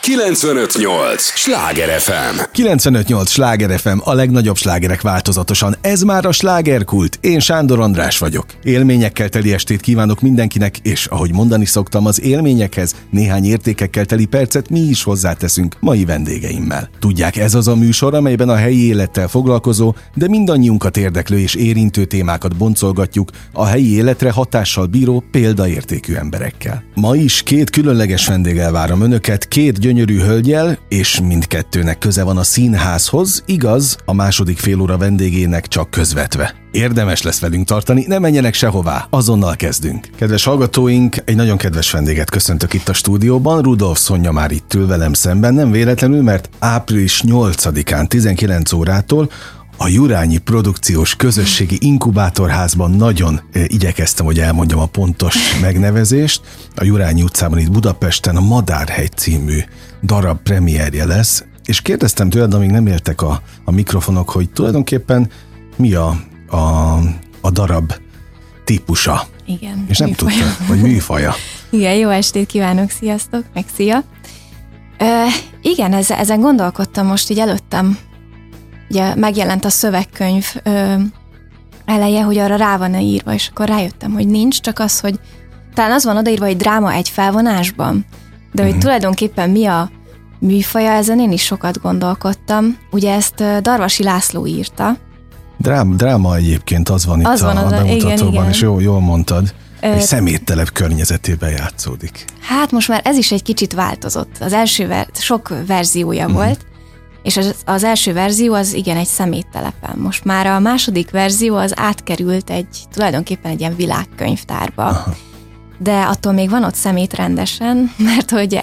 95.8 Sláger FM. 95.8 Sláger FM, a legnagyobb slágerek változatosan. Ez már a slágerkult. Én Sándor András vagyok. Élményekkel teli estét kívánok mindenkinek, és ahogy mondani szoktam, az élményekhez néhány értékekkel teli percet mi is hozzáteszünk mai vendégeimmel. Tudják, ez az a műsor, amelyben a helyi élettel foglalkozó, de mindannyiunkat érdeklő és érintő témákat boncolgatjuk a helyi életre hatással bíró példaértékű emberekkel. Ma is két különleges vendéggel várom önöket, két gyönyörű hölgyel, és mindkettőnek köze van a színházhoz, igaz, a második fél óra vendégének csak közvetve. Érdemes lesz velünk tartani, ne menjenek sehová, azonnal kezdünk. Kedves hallgatóink, egy nagyon kedves vendéget köszöntök itt a stúdióban, Rudolf Szonya már itt ül velem szemben, nem véletlenül, mert április 8-án 19 órától a Jurányi Produkciós Közösségi Inkubátorházban nagyon igyekeztem, hogy elmondjam a pontos megnevezést. A Jurányi utcában itt Budapesten a Madárhegy című darab premierje lesz, és kérdeztem tőled, amíg nem éltek a mikrofonok, hogy tulajdonképpen mi a darab típusa. Igen. És nem tudta, hogy műfaja. Igen, jó estét kívánok, sziasztok, meg szia. Igen, ezen gondolkodtam most így előttem. Ugye megjelent a szövegkönyv eleje, hogy arra rá van-e írva, és akkor rájöttem, hogy nincs, csak az, hogy talán az van odaírva, hogy dráma egy felvonásban, de hogy tulajdonképpen mi a műfaja, ezen én is sokat gondolkodtam. Ugye ezt Darvasi László írta. Dráma egyébként, az van itt a bemutatóban, igen. És jól mondtad. Egy szeméttelep környezetében játszódik. Hát most már ez is egy kicsit változott. Az első sok verziója volt, és az első verzió az igen egy szeméttelepen. Most már a második verzió az átkerült tulajdonképpen egy ilyen világkönyvtárba. Aha. De attól még van ott szemét rendesen, mert hogy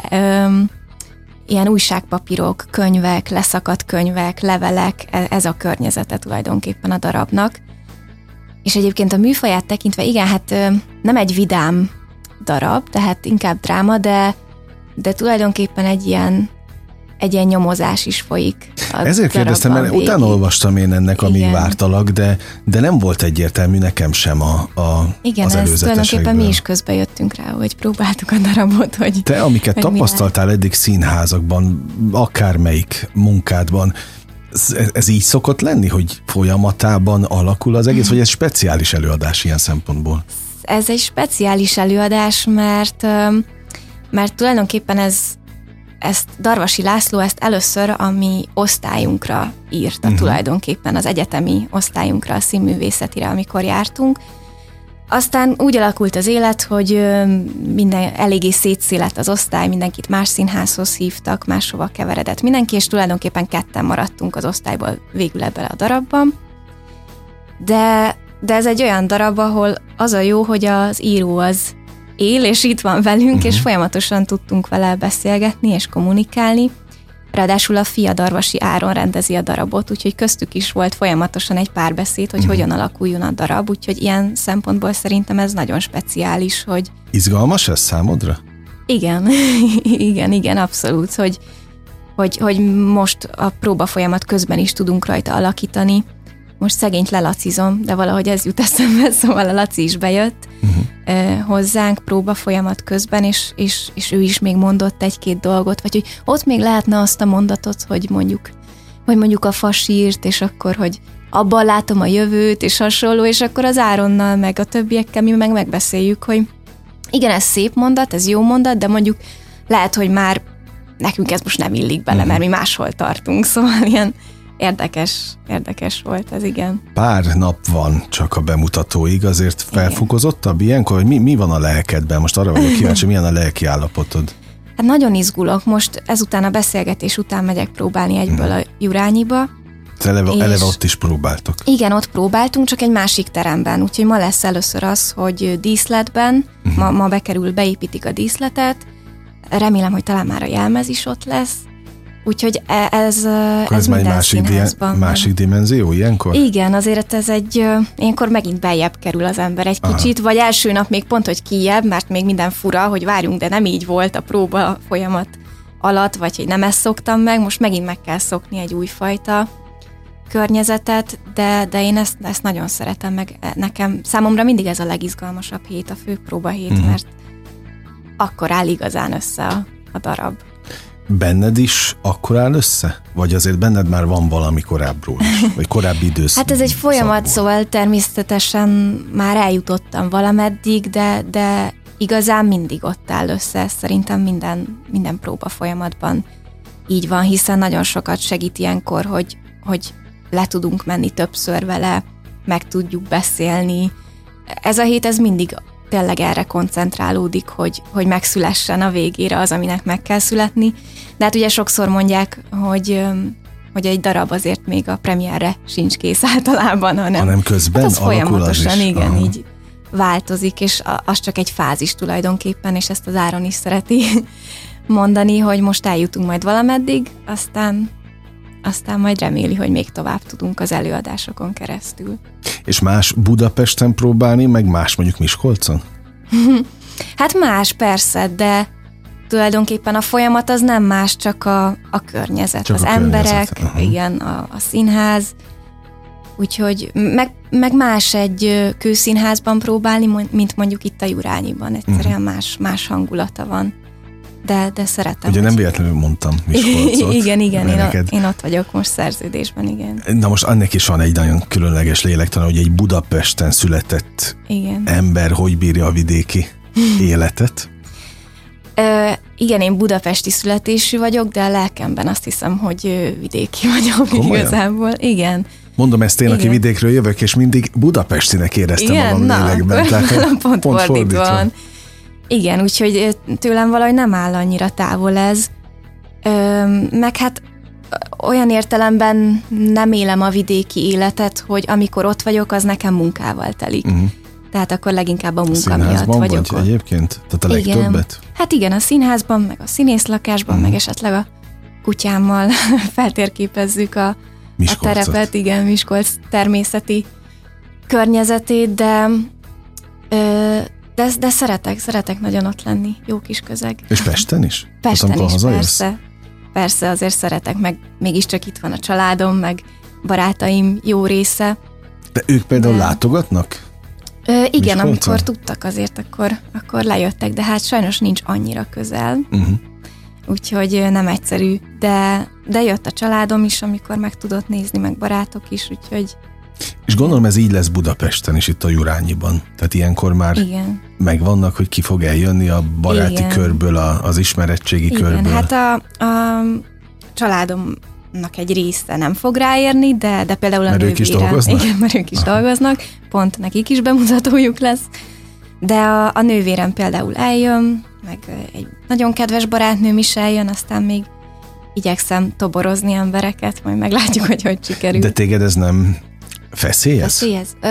ilyen újságpapírok, könyvek, leszakadt könyvek, levelek, ez a környezete tulajdonképpen a darabnak. És egyébként a műfaját tekintve, igen, hát nem egy vidám darab, tehát inkább dráma, de tulajdonképpen egy ilyen nyomozás is folyik. Ezért kérdeztem, mert utána olvastam én ennek, amíg vártalak, de nem volt egyértelmű nekem sem igen, az előzetesekből. Tulajdonképpen mi is közbe jöttünk rá, hogy próbáltuk a darabot, hogy... Te, amiket tapasztaltál eddig színházakban, akármelyik munkádban, ez így szokott lenni, hogy folyamatában alakul az egész, vagy ez speciális előadás ilyen szempontból? Ez egy speciális előadás, mert tulajdonképpen ezt Darvasi László először a mi osztályunkra írta, tulajdonképpen az egyetemi osztályunkra, a színművészetire, amikor jártunk. Aztán úgy alakult az élet, hogy eléggé szétszélet az osztály, mindenkit más színházhoz hívtak, máshova keveredett mindenki, és tulajdonképpen ketten maradtunk az osztályból végül ebben a darabban. De ez egy olyan darab, ahol az a jó, hogy az író az él, és itt van velünk, és folyamatosan tudtunk vele beszélgetni és kommunikálni. Ráadásul a fia, Darvasi Áron rendezi a darabot, úgyhogy köztük is volt folyamatosan egy párbeszéd, hogy hogyan alakuljon a darab, úgyhogy ilyen szempontból szerintem ez nagyon speciális, hogy... Izgalmas ez számodra? Igen, abszolút, hogy most a próba folyamat közben is tudunk rajta alakítani. Most szegényt lelacizom, de valahogy ez jut eszembe, szóval a Laci is bejött hozzánk próba folyamat közben, és ő is még mondott egy-két dolgot, vagy hogy ott még lehetne azt a mondatot, hogy mondjuk a fa sírt, és akkor, hogy abban látom a jövőt, és hasonló, és akkor az Áronnal, meg a többiekkel mi megbeszéljük, hogy igen, ez szép mondat, ez jó mondat, de mondjuk lehet, hogy már nekünk ez most nem illik bele, mert mi máshol tartunk, szóval ilyen Érdekes volt ez, igen. Pár nap van csak a bemutatóig, azért felfokozottabb ilyenkor, hogy mi van a lelkedben? Most arra vagyok kíváncsi, milyen a lelki állapotod? Hát nagyon izgulok. Most ezután a beszélgetés után megyek próbálni egyből a Jurányiba. Eleve ott is próbáltok? Igen, ott próbáltunk, csak egy másik teremben. Úgyhogy ma lesz először az, hogy díszletben, ma beépítik a díszletet. Remélem, hogy talán már a jelmez is ott lesz. Úgyhogy ez minden színházban. Másik dimenzió ilyenkor? Igen, azért ez ilyenkor megint beljebb kerül az ember egy kicsit, vagy első nap még pont, hogy kijebb, mert még minden fura, hogy várjunk, de nem így volt a próba folyamat alatt, vagy hogy nem ezt szoktam meg, most megint meg kell szokni egy újfajta környezetet, de én ezt nagyon szeretem, meg számomra mindig ez a legizgalmasabb hét, a főpróba hét, mert akkor áll igazán össze a darab. Benned is akkor áll össze? Vagy azért benned már van valami korábbról is? Vagy korábbi időszak? Hát ez egy folyamat, szóval természetesen már eljutottam valameddig, de igazán mindig ott áll össze. Szerintem minden próba folyamatban így van, hiszen nagyon sokat segít ilyenkor, hogy le tudunk menni többször vele, meg tudjuk beszélni. Ez a hét, ez mindig tényleg erre koncentrálódik, hogy megszülessen a végére az, aminek meg kell születni. De hát ugye sokszor mondják, hogy egy darab azért még a premierre sincs kész általában, hanem közben hát az folyamatosan, az is. Igen, aha. Így változik, és az csak egy fázis tulajdonképpen, és ezt az Áron is szereti mondani, hogy most eljutunk majd valameddig, aztán majd reméli, hogy még tovább tudunk az előadásokon keresztül. És más Budapesten próbálni, meg más mondjuk Miskolcon? Hát más, persze, de tulajdonképpen a folyamat az nem más, csak a környezet, csak az emberek, igen, a színház. Úgyhogy meg más egy kőszínházban próbálni, mint mondjuk itt a Jurányiban. Egyszerűen más hangulata van. De szeretem. Ugye nem véletlenül mondtam Miskolcot. Igen, én ott vagyok most szerződésben, igen. Na most annak is van egy nagyon különleges lélektana, hogy egy Budapesten született ember hogy bírja a vidéki életet? Igen, én budapesti születésű vagyok, de a lelkemben azt hiszem, hogy vidéki vagyok. Komolyan? Igazából. Igen. Mondom ezt én, aki vidékről jövök, és mindig budapestinek éreztem magam lélekben. Pont fordítva van. Igen, úgyhogy tőlem valahogy nem áll annyira távol ez. Meg hát olyan értelemben nem élem a vidéki életet, hogy amikor ott vagyok, az nekem munkával telik. Tehát akkor leginkább a munka miatt vagyok vagy egyébként? Tehát a legtöbbet? Hát igen, a színházban, meg a színészlakásban, meg esetleg a kutyámmal feltérképezzük a terepet, igen, Miskolc természeti környezetét, de szeretek nagyon ott lenni, jó kis közeg. És Pesten is? Pesten is, persze, azért szeretek, meg mégiscsak itt van a családom, meg barátaim jó része. De ők például látogatnak? Igen, amikor tudtak azért, akkor lejöttek, de hát sajnos nincs annyira közel, úgyhogy nem egyszerű, de jött a családom is, amikor meg tudott nézni, meg barátok is, úgyhogy... És gondolom ez így lesz Budapesten is, itt a Jurányiban. Tehát ilyenkor már megvannak, hogy ki fog eljönni a baráti körből, az ismeretségi körből. Hát a családomnak egy része nem fog ráérni, de például a nővérem. Ők is dolgoznak? Igen, mert ők is dolgoznak, pont nekik is bemutatójuk lesz. De a nővérem például eljön, meg egy nagyon kedves barátnőm is eljön, aztán még igyekszem toborozni embereket, majd meglátjuk, hogy sikerül. De téged ez nem feszélyez?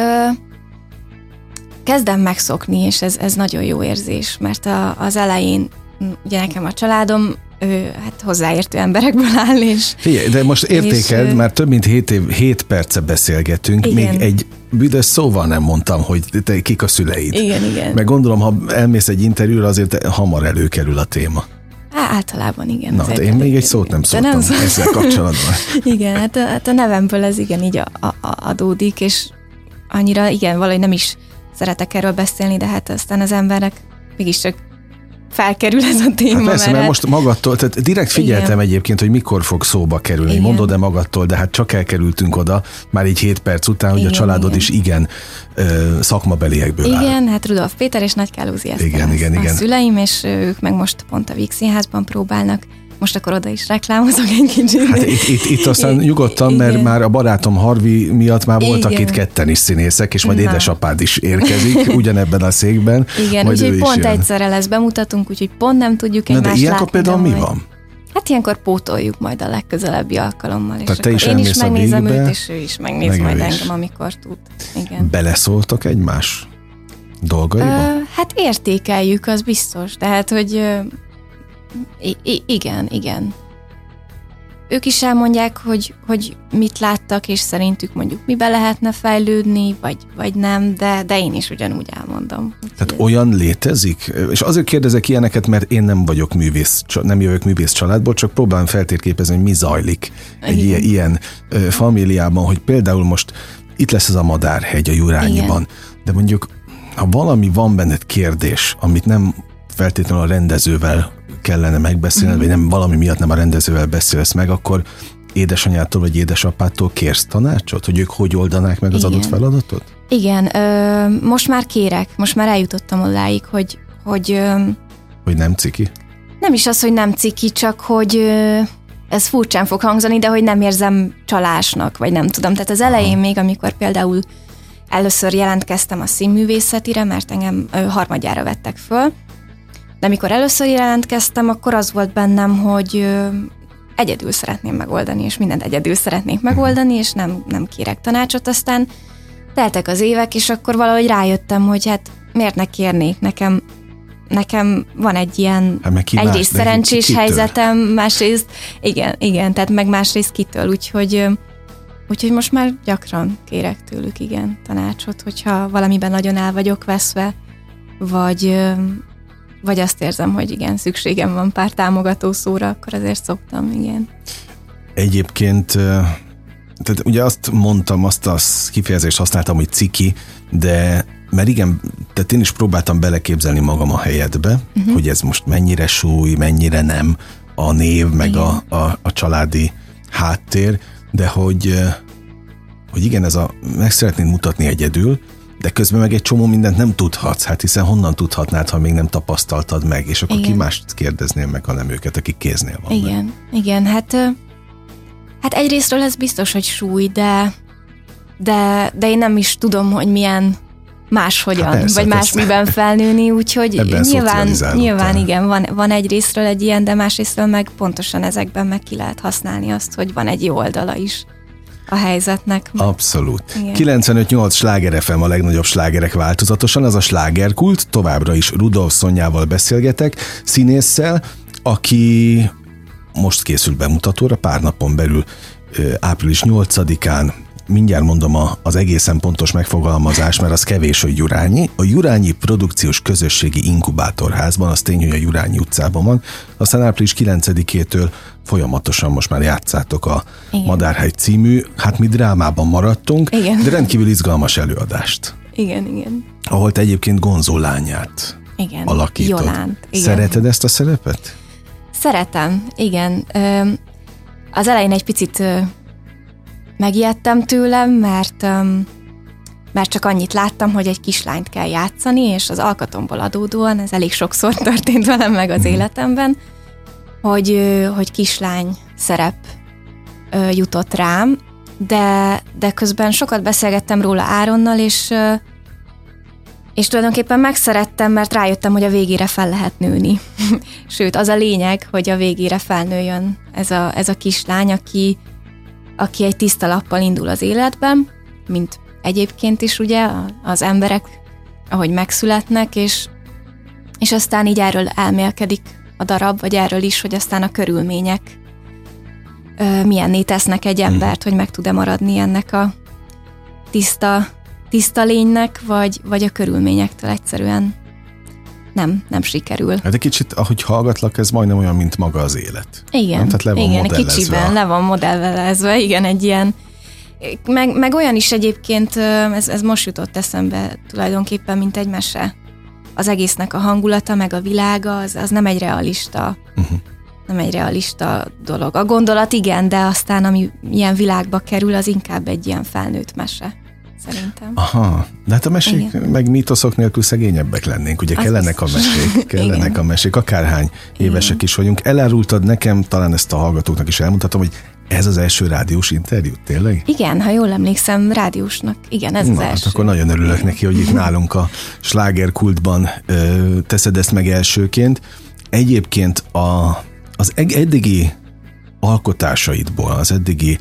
Kezdem megszokni, és ez nagyon jó érzés, mert az elején ugye nekem a családom hát hozzáértő emberekből áll, és... Figyelj, de most értékeld, már több mint 7 perce beszélgetünk, igen. Még egy büdös szóval nem mondtam, hogy te kik a szüleid. Igen. Meg gondolom, ha elmész egy interjúra, azért hamar előkerül a téma. Általában igen. Na, de én még egy szót nem szóltam ezzel kapcsolatban. Igen, hát a nevemből ez igen így adódik, és annyira igen, valahogy nem is szeretek erről beszélni, de hát aztán az emberek mégiscsak felkerül ez a téma. Hát persze, mert most magadtól, tehát direkt figyeltem egyébként, hogy mikor fog szóba kerülni. Igen. Mondod-e magadtól, de hát csak elkerültünk oda, már így 7 perc után, hogy a családod is szakmabeliekből áll. Igen, hát Rudolf Péter és Nagy Kálózi Eszter a szüleim, és ők meg most pont a Víg Színházban próbálnak. Most akkor oda is reklámozok egy kicsit. Hát itt aztán nyugodtan, mert már a barátom Harvi miatt már voltak itt ketten is színészek, és majd édesapád is érkezik ugyanebben a székben. Igen, úgyhogy pont egyszerre lesz bemutatunk, úgyhogy pont nem tudjuk egymást látni. De ilyenkor például mi van? Hát ilyenkor pótoljuk majd a legközelebbi alkalommal, és akkor én is megnézem őt, és ő is megnéz majd engem, amikor tud. Igen. Beleszóltok egymás dolgaiba? Hát értékeljük, az biztos. Tehát, hogy igen. Ők is elmondják, hogy mit láttak, és szerintük mondjuk mibe lehetne fejlődni, vagy nem, de én is ugyanúgy elmondom. Tehát olyan létezik? És azért kérdezek ilyeneket, mert én nem vagyok művész, nem jövök művész családból, csak próbálom feltérképezni, hogy mi zajlik egy ilyen famíliában, hogy például most itt lesz ez a Madárhegy a Jurányiban, de mondjuk, ha valami van benned kérdés, amit nem feltétlenül a rendezővel kellene megbeszélni, vagy nem valami miatt nem a rendezővel beszélsz meg, akkor édesanyától vagy édesapától kérsz tanácsot, hogy ők hogy oldanák meg az adott feladatot? Igen, most már kérek, most már eljutottam odáig, hogy nem ciki? Nem is az, hogy nem ciki, csak hogy ez furcsán fog hangzani, de hogy nem érzem csalásnak, vagy nem tudom. Tehát az elején még, amikor például először jelentkeztem a színművészetire, mert engem harmadjára vettek föl, de amikor először jelentkeztem, akkor az volt bennem, hogy egyedül szeretném megoldani, és mindent egyedül szeretnék megoldani, és nem kérek tanácsot. Aztán teltek az évek, és akkor valahogy rájöttem, hogy hát miért ne kérnék, nekem van egy ilyen egyrészt szerencsés helyzetem, másrészt igen, tehát meg másrészt kitől, úgyhogy most már gyakran kérek tőlük tanácsot, hogyha valamiben nagyon el vagyok veszve, vagy azt érzem, hogy szükségem van pár támogató szóra, akkor azért szoktam, Egyébként, tehát ugye azt mondtam, azt a kifejezést használtam, hogy ciki, de mert igen, tehát én is próbáltam beleképzelni magam a helyedbe, hogy ez most mennyire súly, mennyire nem a név, meg a családi háttér, de hogy igen, meg szeretnéd mutatni egyedül, de közben meg egy csomó mindent nem tudhatsz, hát hiszen honnan tudhatnád, ha még nem tapasztaltad meg, és akkor ki mást kérdeznél meg, hanem őket, akik kéznél van. Igen, hát egyrésztről ez biztos, hogy súly, de én nem is tudom, hogy milyen máshogyan, vagy másmiben felnőni, úgyhogy nyilván igen, van egy részről egy ilyen, de másrésztről meg pontosan ezekben meg ki lehet használni azt, hogy van egy jó oldala is a helyzetnek. Abszolút. 95.8 Sláger FM, a legnagyobb slágerek változatosan, az a slágerkult, továbbra is Rudolf Szonyával beszélgetek, színésszel, aki most készül bemutatóra, pár napon belül, április 8-án, mindjárt mondom az egészen pontos megfogalmazás, mert az kevés, hogy Jurányi. A Jurányi Produkciós Közösségi Inkubátorházban, az tény, hogy a Jurányi utcában van. Aztán április 9-től folyamatosan most már játszátok a Madárhegy című, hát mi drámában maradtunk, de rendkívül izgalmas előadást. Igen. Ahol te egyébként Gonzó lányát alakítod. Jolánt. Szereted ezt a szerepet? Szeretem, igen. Az elején egy picit megijedtem tőlem, mert csak annyit láttam, hogy egy kislányt kell játszani, és az alkatomból adódóan, ez elég sokszor történt velem meg az életemben, hogy kislány szerep jutott rám, de közben sokat beszélgettem róla Áronnal, és tulajdonképpen megszerettem, mert rájöttem, hogy a végére fel lehet nőni. Sőt, az a lényeg, hogy a végére felnőjön ez a kislány, aki egy tiszta lappal indul az életben, mint egyébként is ugye az emberek, ahogy megszületnek, és aztán így erről elmélkedik a darab, vagy erről is, hogy aztán a körülmények milyenné tesznek egy embert, hogy meg tud-e maradni ennek a tiszta lénynek, vagy a körülményektől egyszerűen nem sikerül. Hát egy kicsit, ahogy hallgatlak, ez majdnem olyan, mint maga az élet. Igen, kicsiben le van modellezve, igen, egy ilyen, meg olyan is egyébként, ez most jutott eszembe tulajdonképpen, mint egy mese. Az egésznek a hangulata, meg a világa, az nem egy realista, nem egy realista dolog. A gondolat igen, de aztán ami ilyen világba kerül, az inkább egy ilyen felnőtt mese. Szerintem. Aha, de hát a mesék meg mítoszok nélkül szegényebbek lennénk, ugye kellenek a mesék, akárhány évesek is vagyunk. Elárultad nekem, talán ezt a hallgatóknak is elmondhatom, hogy ez az első rádiós interjú, tényleg? Igen, ha jól emlékszem, rádiósnak. Igen, ez az első. Hát akkor nagyon örülök neki, hogy itt nálunk a slágerkultban teszed ezt meg elsőként. Egyébként az eddigi alkotásaidból, az eddigi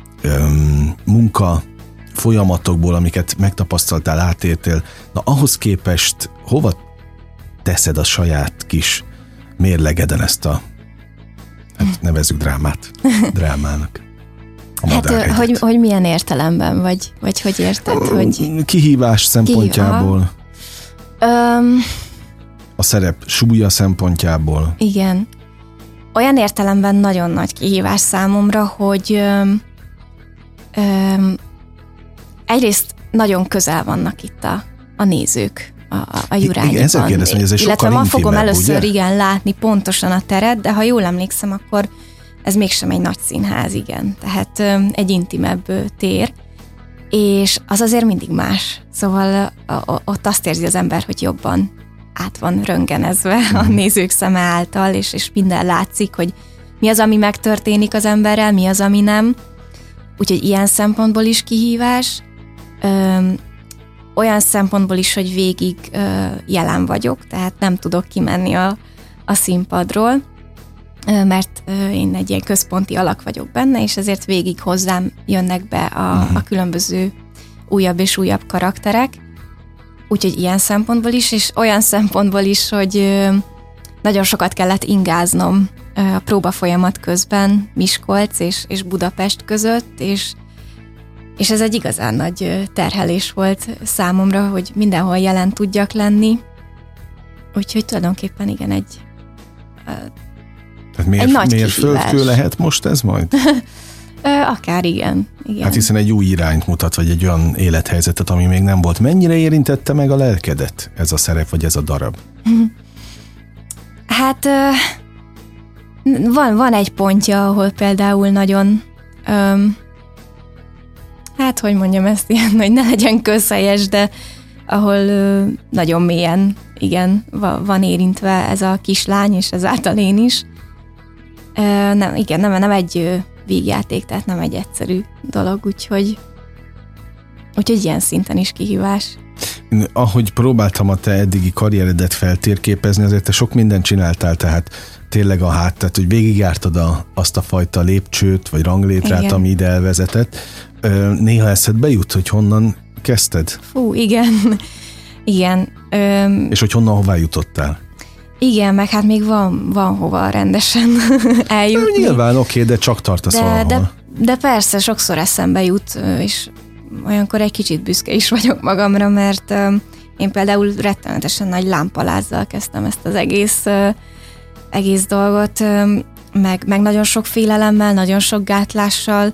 munka folyamatokból, amiket megtapasztaltál, átértél, na ahhoz képest hova teszed a saját kis mérlegeden ezt a, hát nevezzük drámának? Hát, hogy milyen értelemben, vagy hogy érted? Hogy... Kihívás szempontjából. A szerep súlya szempontjából. Igen. Olyan értelemben nagyon nagy kihívás számomra, hogy egyrészt nagyon közel vannak itt a nézők a jurányban. Igen, ezzel kérdezem, hogy ez egy sokkal illetve ma fogom először ugye? Igen látni pontosan a teret, de ha jól emlékszem, akkor ez mégsem egy nagy színház, igen. Tehát egy intimebb tér, és az azért mindig más. Szóval ott azt érzi az ember, hogy jobban át van röntgenezve a nézők szeme által, és minden látszik, hogy mi az, ami megtörténik az emberrel, mi az, ami nem. Úgyhogy ilyen szempontból is kihívás. Olyan szempontból is, hogy végig jelen vagyok, tehát nem tudok kimenni a színpadról, mert én egy ilyen központi alak vagyok benne, és ezért végig hozzám jönnek be a különböző újabb és újabb karakterek. Úgyhogy ilyen szempontból is, és olyan szempontból is, hogy nagyon sokat kellett ingáznom a próbafolyamat közben Miskolc és Budapest között, és ez egy igazán nagy terhelés volt számomra, hogy mindenhol jelen tudjak lenni. Úgyhogy tulajdonképpen igen, egy nagy miért földkő lehet most ez majd? Akár igen. Hát hiszen egy új irányt mutat, vagy egy olyan élethelyzetet, ami még nem volt. Mennyire érintette meg a lelkedet ez a szerep, vagy ez a darab? Hát van egy pontja, ahol például nagyon hát hogy mondjam ezt ilyen, hogy ne legyen közhelyes, de ahol nagyon mélyen, igen, van érintve ez a kislány, és ezáltal én is. Nem egy vígjáték, tehát nem egy egyszerű dolog, úgyhogy ilyen szinten is kihívás. Ahogy próbáltam a te eddigi karrieredet feltérképezni, azért te sok mindent csináltál, tehát tényleg tehát hogy végigjártad azt a fajta lépcsőt, vagy ranglétrát, igen, ami ide elvezetett. Néha eszedbe jut, hogy honnan kezdted? Fú, igen. Igen. És hogy hová jutottál? Igen, meg hát még van hova rendesen eljutni. Nyilván oké, de csak tartasz valahol. De persze, sokszor eszembe jut, és olyankor egy kicsit büszke is vagyok magamra, mert én például rettenetesen nagy lámpalázzal kezdtem ezt az egész dolgot, meg nagyon sok félelemmel, nagyon sok gátlással,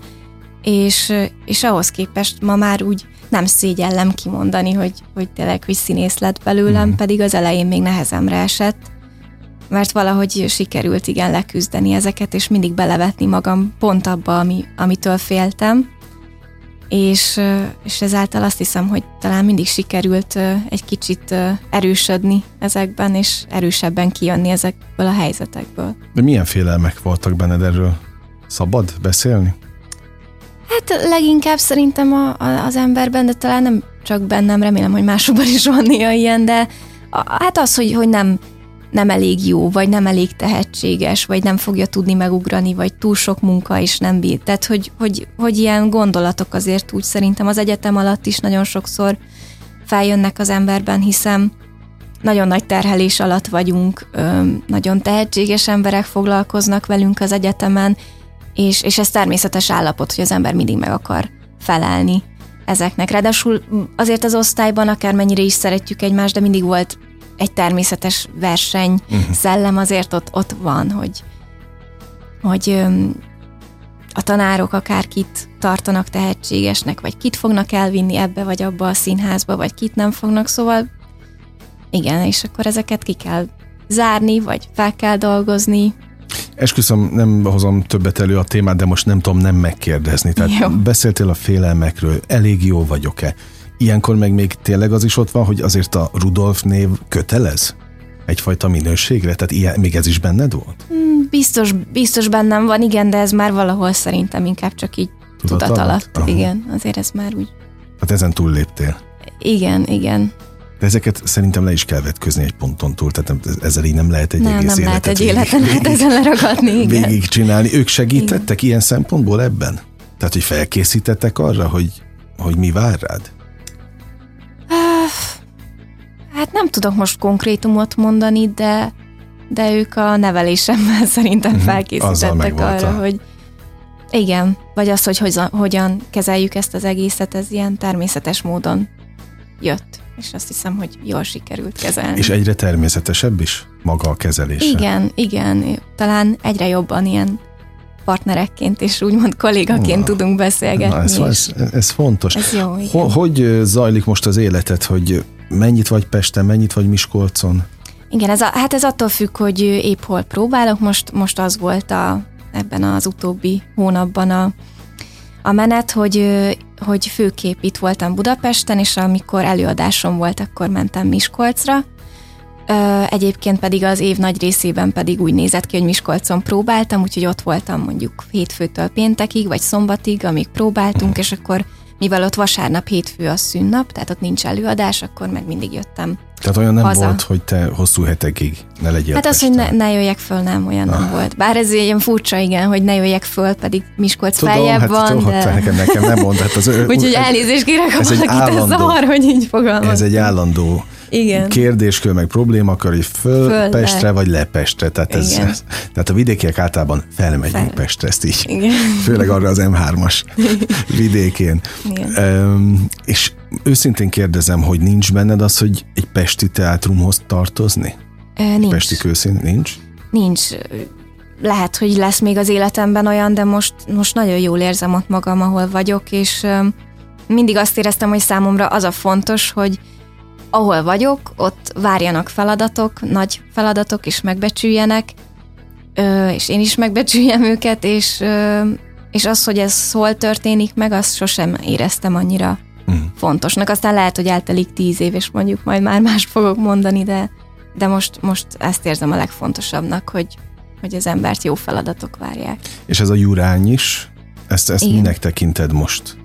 és ahhoz képest ma már úgy nem szégyellem kimondani, hogy tényleg, hogy színész lett belőlem, pedig az elején még nehezemre esett, mert valahogy sikerült igen leküzdeni ezeket, és mindig belevetni magam pont abba, amitől féltem, és ezáltal azt hiszem, hogy talán mindig sikerült egy kicsit erősödni ezekben, és erősebben kijönni ezekből a helyzetekből. De milyen félelmek voltak benned, erről szabad beszélni? Hát leginkább szerintem az emberben, de talán nem csak bennem, remélem, hogy másokban is van néha ilyen, de hát az, hogy nem elég jó, vagy nem elég tehetséges, vagy nem fogja tudni megugrani, vagy túl sok munka is nem bír. Tehát, hogy ilyen gondolatok azért úgy szerintem az egyetem alatt is nagyon sokszor feljönnek az emberben, hiszen nagyon nagy terhelés alatt vagyunk, nagyon tehetséges emberek foglalkoznak velünk az egyetemen, és ez természetes állapot, hogy az ember mindig meg akar felelni ezeknek. Ráadásul azért az osztályban akármennyire is szeretjük egymást, de mindig volt egy természetes verseny szellem, azért ott van, hogy a tanárok akárkit tartanak tehetségesnek, vagy kit fognak elvinni ebbe vagy abba a színházba, vagy kit nem fognak, szóval igen, és akkor ezeket ki kell zárni, vagy fel kell dolgozni. Esküszöm, nem hozom többet elő a témát, de most nem tudom nem megkérdezni. Tehát jó. Beszéltél a félelmekről, elég jó vagyok-e? Ilyenkor meg még tényleg az is ott van, hogy azért a Rudolf név kötelez? Egyfajta minőségre? Tehát még ez is benned volt? Biztos bennem van, igen, de ez már valahol szerintem inkább csak így tudat alatt. Igen, azért ez már úgy. Hát ezen túlléptél? Igen. De ezeket szerintem le is kell vetközni egy ponton túl, tehát ezzel így nem lehet egy egész nem életet. Nem lehet egy életet ezen leragadni, igen. Végig csinálni. Ők segítettek ilyen szempontból ebben? Tehát, hogy felkészítettek arra, hogy mi vár rád? Hát nem tudok most konkrétumot mondani, de ők a nevelésemmel szerintem felkészítettek arra, hogy igen, vagy az, hogy hogyan kezeljük ezt az egészet, ez ilyen természetes módon jött, és azt hiszem, hogy jól sikerült kezelni. És egyre természetesebb is maga a kezelése? Igen. Talán egyre jobban ilyen partnerekként és úgymond kollégaként tudunk beszélgetni. Ez fontos. Ez jó, igen. Hogy zajlik most az életed, hogy mennyit vagy Pesten, mennyit vagy Miskolcon? Igen, ez attól függ, hogy épp hol próbálok. Most az volt ebben az utóbbi hónapban a menet, hogy főképp itt voltam Budapesten, és amikor előadásom volt, akkor mentem Miskolcra. Egyébként pedig az év nagy részében pedig úgy nézett ki, hogy Miskolcon próbáltam, úgyhogy ott voltam mondjuk hétfőtől péntekig, vagy szombatig, amíg próbáltunk, és akkor mivel ott vasárnap, hétfő a szünnap, tehát ott nincs előadás, akkor meg mindig jöttem. Tehát olyan nem haza. Volt, hogy te hosszú hetekig ne legyél Hát Pesten. az, hogy ne jöjjek föl, nem, olyan nem volt. Bár ez ilyen furcsa, igen, hogy ne jöjjek föl, pedig Miskolc feljebb van, de... Nekem nem mond. Hát úgyhogy elnézést kérek, ha valakit ez zavar, hogy így fogalmaz. Ez egy állandó kérdéskör, meg problémakör, hogy föl Pestre vagy le Pestre. Tehát a vidékiek általában felmegyünk Pestre, ezt így. Igen. Főleg arra az M3-as vidékén. És őszintén kérdezem, hogy nincs benned az, hogy egy pesti teátrumhoz tartozni? Nincs. Pesti kőszín nincs? Nincs. Lehet, hogy lesz még az életemben olyan, de most nagyon jól érzem ott magam, ahol vagyok, és mindig azt éreztem, hogy számomra az a fontos, hogy ahol vagyok, ott várjanak feladatok, nagy feladatok, és megbecsüljenek, és én is megbecsüljem őket, és az, hogy ez hol történik meg, azt sosem éreztem annyira fontosnak. Aztán lehet, hogy eltelik 10 év, és mondjuk majd már más fogok mondani, de most ezt érzem a legfontosabbnak, hogy az embert jó feladatok várják. És ez a Jurány is, ezt minek tekinted most?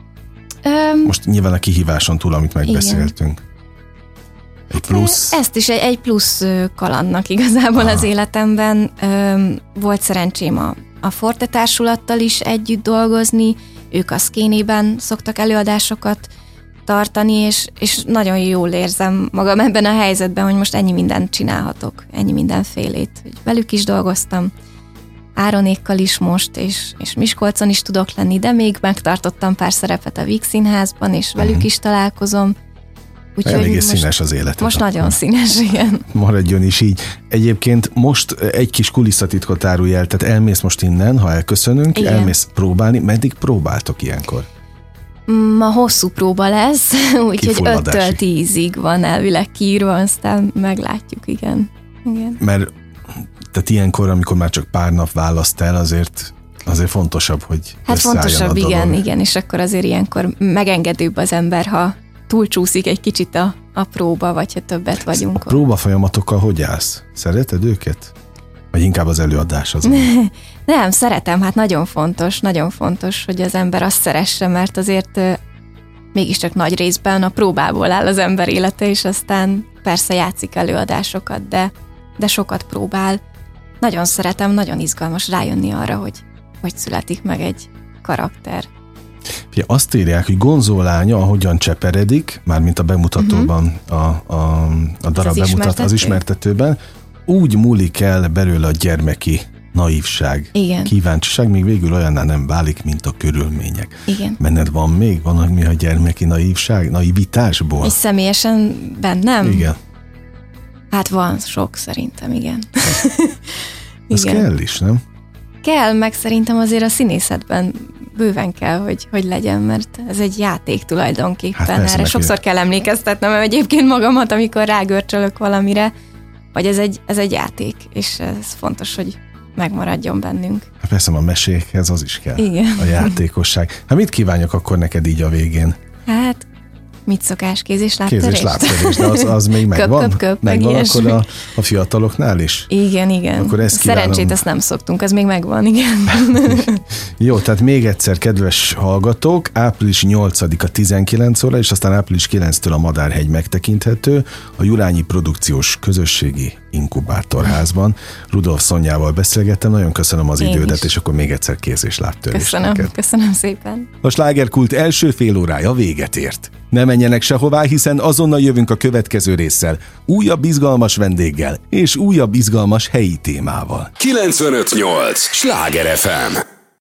Most nyilván a kihíváson túl, amit megbeszéltünk. Egy plusz... Ezt is egy plusz kalandnak igazából az életemben. Volt szerencsém a Forte társulattal is együtt dolgozni, ők a Szkénében szoktak előadásokat tartani, és nagyon jól érzem magam ebben a helyzetben, hogy most ennyi mindent csinálhatok, ennyi mindenfélét. Hogy velük is dolgoztam, Áronékkal is most, és Miskolcon is tudok lenni, de még megtartottam pár szerepet a Víg Színházban, és velük is találkozom. Eléggé színes az életed. Most nagyon színes, igen. Maradjon is így. Egyébként most egy kis kulisszatitkot árulj el, tehát elmész most innen, ha elköszönünk, igen. Elmész próbálni. Meddig próbáltok ilyenkor? Ma hosszú próba lesz, úgyhogy 5-től 10-ig van elvileg kiírva, aztán meglátjuk, igen. Mert tehát ilyenkor, amikor már csak pár nap választ el, azért fontosabb, hogy hát fontosabb, igen, és akkor azért ilyenkor megengedőbb az ember, ha túlcsúszik egy kicsit a próba, vagy ha többet vagyunk. A próba folyamatokkal hogy állsz? Szereted őket? Vagy inkább az előadás az? Nem, szeretem, hát nagyon fontos, hogy az ember azt szeresse, mert azért mégiscsak nagy részben a próbából áll az ember élete, és aztán persze játszik előadásokat, de sokat próbál. Nagyon szeretem, nagyon izgalmas rájönni arra, hogy születik meg egy karakter. Ugye azt írják, hogy Gonzó lánya, ahogyan cseperedik, mármint a bemutatóban, a darab az ismertetőben, úgy múlik el belőle a gyermeki naívság, igen. Kíváncsiság, még végül olyanná nem válik, mint a körülmények. Igen. Benned van még valami a gyermeki naívság, naivitásból? És személyesen bennem? Igen. Hát van sok szerintem, igen. Ez igen. kell is, nem? Kell, meg szerintem azért a színészetben bőven kell, hogy legyen, mert ez egy játék tulajdonképpen. Hát erre sokszor kell emlékeztetnem egyébként magamat, amikor rágörcsölök valamire, hogy ez egy játék, és ez fontos, hogy megmaradjon bennünk. Hát persze a mesékhez az is kell. Igen. A játékosság. Hát mit kívánjak akkor neked így a végén? Hát, mit szokás? Kéz és lábtörés? Kéz és lábtörés, de az még megvan? Köp, megvan akkor a fiataloknál is? Igen. Akkor ezt kívánom. Szerencsét ezt nem szoktunk, az még megvan, igen. Jó, tehát még egyszer, kedves hallgatók, április 8-a 19 óra, és aztán április 9-től a Madárhegy megtekinthető a Jurányi Produkciós Közösségi Inkubátorházban. Rudolf Szonyával beszélgettem, nagyon köszönöm az idődet, és akkor még egyszer kéz és lábtörés. Köszönöm szépen. A Slágerkult első fél órája véget ért. Ne menjenek sehová, hiszen azonnal jövünk a következő résszel, újabb izgalmas vendéggel és újabb izgalmas helyi témával. 95.8 Sláger FM